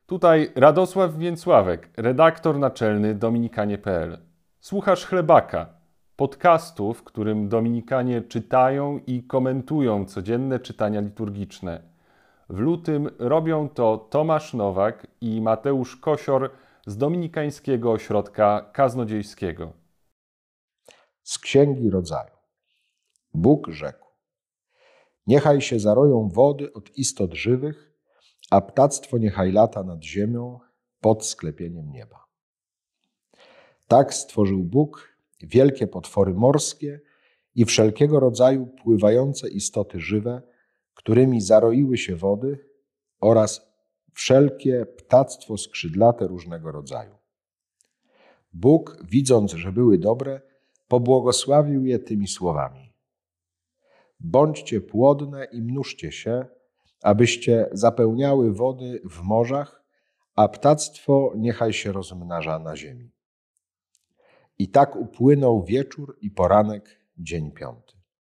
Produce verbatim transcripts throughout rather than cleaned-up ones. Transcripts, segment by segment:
Tutaj Radosław Więcławek, redaktor naczelny dominikanie kropka p l. Słuchasz Chlebaka, podcastu, w którym dominikanie czytają i komentują codzienne czytania liturgiczne. W lutym robią to Tomasz Nowak i Mateusz Kosior z Dominikańskiego Ośrodka Kaznodziejskiego. Z Księgi Rodzaju. Bóg rzekł: niechaj się zaroją wody od istot żywych, a ptactwo niechaj lata nad ziemią pod sklepieniem nieba. Tak stworzył Bóg wielkie potwory morskie i wszelkiego rodzaju pływające istoty żywe, którymi zaroiły się wody, oraz wszelkie ptactwo skrzydlate różnego rodzaju. Bóg, widząc, że były dobre, pobłogosławił je tymi słowami: bądźcie płodne i mnóżcie się, abyście zapełniały wody w morzach, a ptactwo niechaj się rozmnaża na ziemi. I tak upłynął wieczór i poranek, dzień piąty.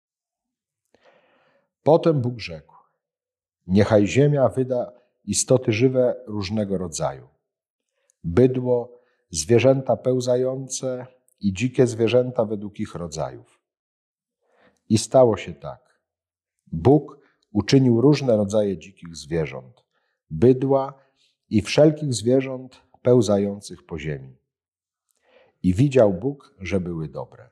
Potem Bóg rzekł: niechaj ziemia wyda istoty żywe różnego rodzaju, bydło, zwierzęta pełzające i dzikie zwierzęta według ich rodzajów. I stało się tak. Bóg uczynił różne rodzaje dzikich zwierząt, bydła i wszelkich zwierząt pełzających po ziemi. I widział Bóg, że były dobre.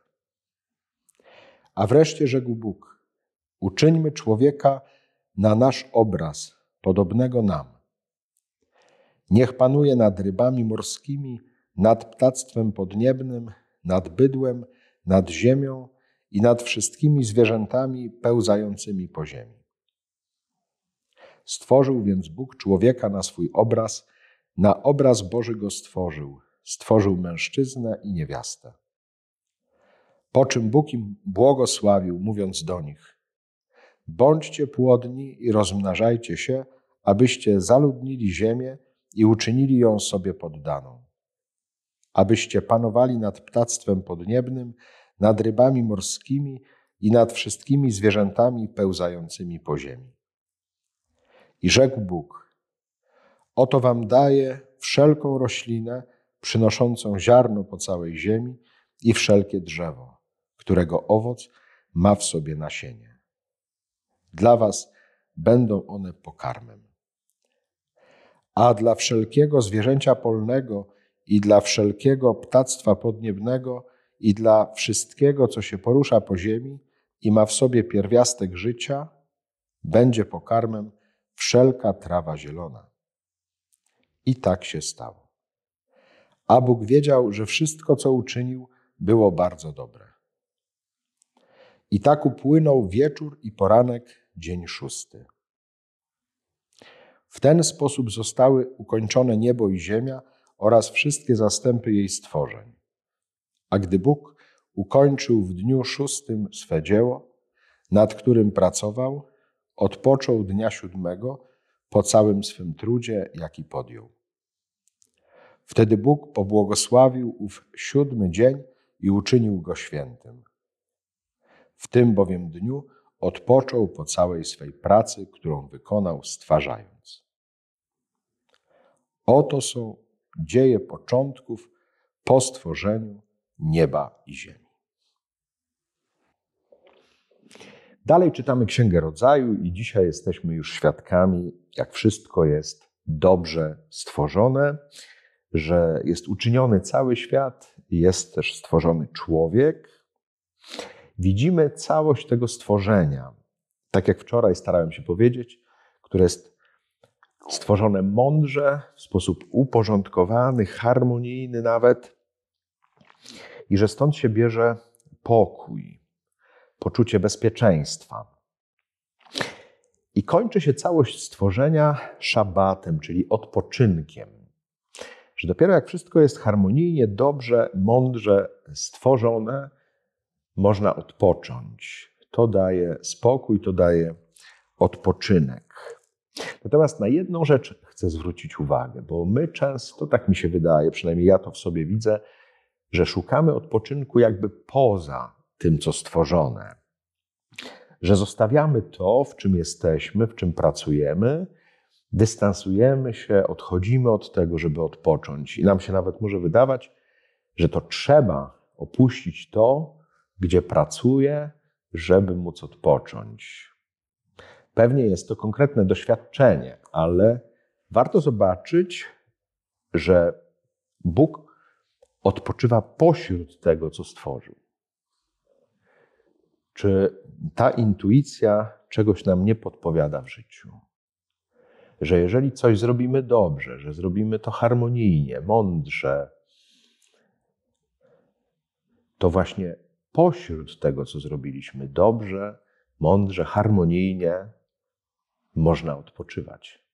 A wreszcie rzekł Bóg: uczyńmy człowieka na nasz obraz, podobnego nam. Niech panuje nad rybami morskimi, nad ptactwem podniebnym, nad bydłem, nad ziemią i nad wszystkimi zwierzętami pełzającymi po ziemi. Stworzył więc Bóg człowieka na swój obraz, na obraz Boży go stworzył, stworzył mężczyznę i niewiastę. Po czym Bóg im błogosławił, mówiąc do nich: bądźcie płodni i rozmnażajcie się, abyście zaludnili ziemię i uczynili ją sobie poddaną. Abyście panowali nad ptactwem podniebnym, nad rybami morskimi i nad wszystkimi zwierzętami pełzającymi po ziemi. I rzekł Bóg: oto wam daję wszelką roślinę przynoszącą ziarno po całej ziemi i wszelkie drzewo, którego owoc ma w sobie nasienie. Dla was będą one pokarmem. A dla wszelkiego zwierzęcia polnego i dla wszelkiego ptactwa podniebnego i dla wszystkiego, co się porusza po ziemi i ma w sobie pierwiastek życia, będzie pokarmem wszelka trawa zielona. I tak się stało. A Bóg wiedział, że wszystko, co uczynił, było bardzo dobre. I tak upłynął wieczór i poranek, dzień szósty. W ten sposób zostały ukończone niebo i ziemia oraz wszystkie zastępy jej stworzeń. A gdy Bóg ukończył w dniu szóstym swe dzieło, nad którym pracował, odpoczął dnia siódmego po całym swym trudzie, jaki podjął. Wtedy Bóg pobłogosławił ów siódmy dzień i uczynił go świętym. W tym bowiem dniu odpoczął po całej swej pracy, którą wykonał, stwarzając. Oto są dzieje początków po stworzeniu nieba i ziemi. Dalej czytamy Księgę Rodzaju i dzisiaj jesteśmy już świadkami, jak wszystko jest dobrze stworzone, że jest uczyniony cały świat, jest też stworzony człowiek. Widzimy całość tego stworzenia, tak jak wczoraj starałem się powiedzieć, które jest stworzone mądrze, w sposób uporządkowany, harmonijny nawet, i że stąd się bierze pokój, poczucie bezpieczeństwa. I kończy się całość stworzenia szabatem, czyli odpoczynkiem. Że dopiero jak wszystko jest harmonijnie, dobrze, mądrze stworzone, można odpocząć. To daje spokój, to daje odpoczynek. Natomiast na jedną rzecz chcę zwrócić uwagę, bo my często, tak mi się wydaje, przynajmniej ja to w sobie widzę, że szukamy odpoczynku jakby poza tym, co stworzone. Że zostawiamy to, w czym jesteśmy, w czym pracujemy, dystansujemy się, odchodzimy od tego, żeby odpocząć. I nam się nawet może wydawać, że to trzeba opuścić to, gdzie pracuję, żeby móc odpocząć. Pewnie jest to konkretne doświadczenie, ale warto zobaczyć, że Bóg odpoczywa pośród tego, co stworzył. Czy ta intuicja czegoś nam nie podpowiada w życiu? Że jeżeli coś zrobimy dobrze, że zrobimy to harmonijnie, mądrze, to właśnie pośród tego, co zrobiliśmy dobrze, mądrze, harmonijnie, można odpoczywać.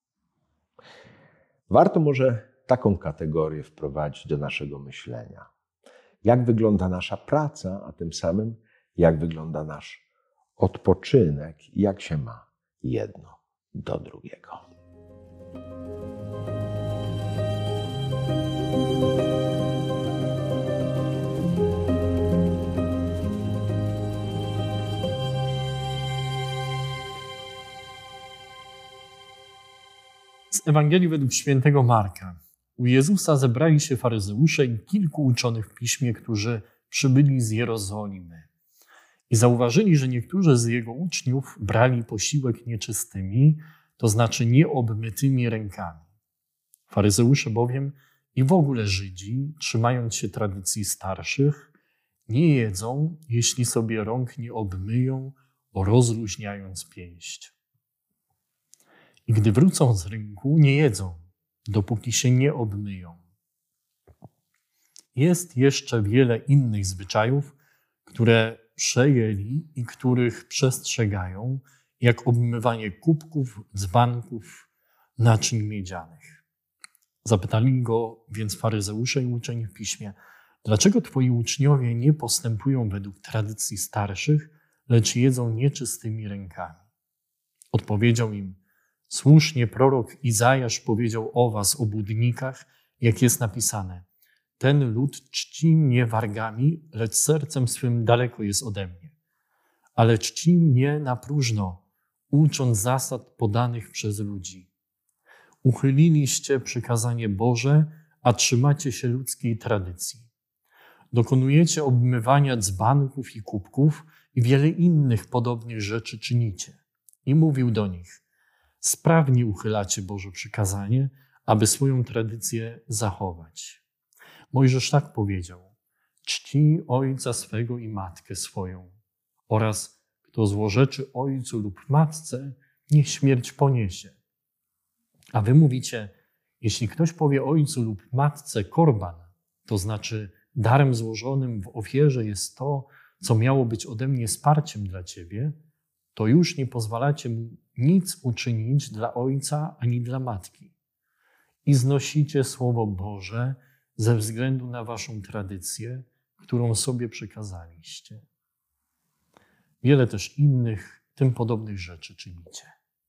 Warto może taką kategorię wprowadzić do naszego myślenia. Jak wygląda nasza praca, a tym samym jak wygląda nasz odpoczynek i jak się ma jedno do drugiego. Z Ewangelii według świętego Marka. U Jezusa zebrali się faryzeusze i kilku uczonych w piśmie, którzy przybyli z Jerozolimy. I zauważyli, że niektórzy z jego uczniów brali posiłek nieczystymi, to znaczy nieobmytymi rękami. Faryzeusze bowiem i w ogóle Żydzi, trzymając się tradycji starszych, nie jedzą, jeśli sobie rąk nie obmyją, rozluźniając pięść. I gdy wrócą z rynku, nie jedzą, dopóki się nie obmyją. Jest jeszcze wiele innych zwyczajów, które przejęli i których przestrzegają, jak obmywanie kubków, dzbanków, naczyń miedzianych. Zapytali go więc faryzeusze i uczeni w piśmie, dlaczego twoi uczniowie nie postępują według tradycji starszych, lecz jedzą nieczystymi rękami? Odpowiedział im, słusznie prorok Izajasz powiedział o was, obłudnikach, jak jest napisane. Ten lud czci mnie wargami, lecz sercem swym daleko jest ode mnie. Ale czci mnie na próżno, ucząc zasad podanych przez ludzi. Uchyliliście przykazanie Boże, a trzymacie się ludzkiej tradycji. Dokonujecie obmywania dzbanków i kubków i wiele innych podobnych rzeczy czynicie. I mówił do nich, sprawnie uchylacie Boże przykazanie, aby swoją tradycję zachować. Mojżesz tak powiedział, czci ojca swego i matkę swoją oraz kto złorzeczy ojcu lub matce, niech śmierć poniesie. A wy mówicie, jeśli ktoś powie ojcu lub matce korban, to znaczy darem złożonym w ofierze jest to, co miało być ode mnie wsparciem dla ciebie, to już nie pozwalacie mu nic uczynić dla ojca ani dla matki. I znosicie Słowo Boże ze względu na waszą tradycję, którą sobie przekazaliście. Wiele też innych, tym podobnych rzeczy czynicie.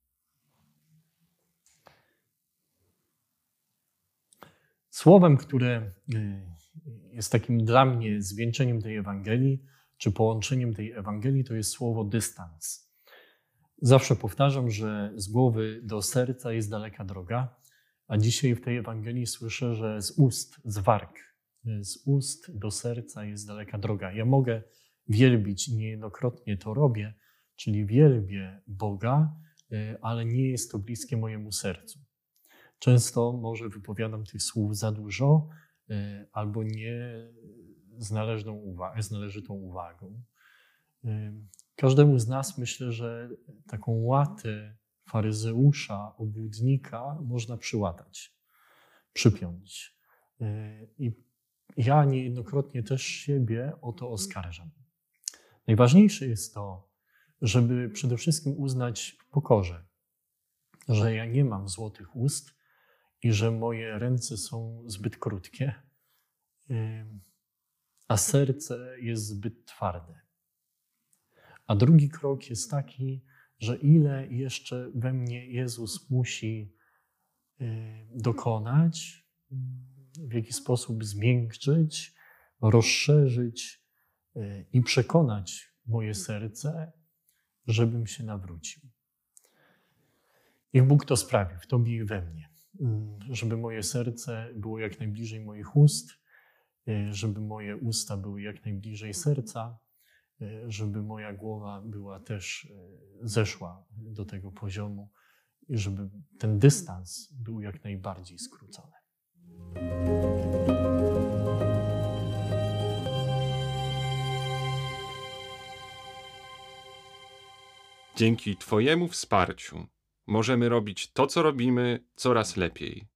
Słowem, które jest takim dla mnie zwieńczeniem tej Ewangelii, czy połączeniem tej Ewangelii, to jest słowo dystans. Zawsze powtarzam, że z głowy do serca jest daleka droga, a dzisiaj w tej Ewangelii słyszę, że z ust, z warg, z ust do serca jest daleka droga. Ja mogę wielbić i niejednokrotnie to robię, czyli wielbię Boga, ale nie jest to bliskie mojemu sercu. Często może wypowiadam tych słów za dużo albo nie z należną uwagą, z należytą uwagą. Każdemu z nas myślę, że taką łatę faryzeusza, obłudnika można przyłatać, przypiąć. I ja niejednokrotnie też siebie o to oskarżam. Najważniejsze jest to, żeby przede wszystkim uznać w pokorze, że ja nie mam złotych ust i że moje ręce są zbyt krótkie, a serce jest zbyt twarde. A drugi krok jest taki, że ile jeszcze we mnie Jezus musi dokonać, w jaki sposób zmiękczyć, rozszerzyć i przekonać moje serce, żebym się nawrócił. Niech Bóg to sprawi w Tobie i we mnie, żeby moje serce było jak najbliżej moich ust, żeby moje usta były jak najbliżej serca, żeby moja głowa była też, zeszła do tego poziomu i żeby ten dystans był jak najbardziej skrócony. Dzięki Twojemu wsparciu możemy robić to, co robimy, coraz lepiej.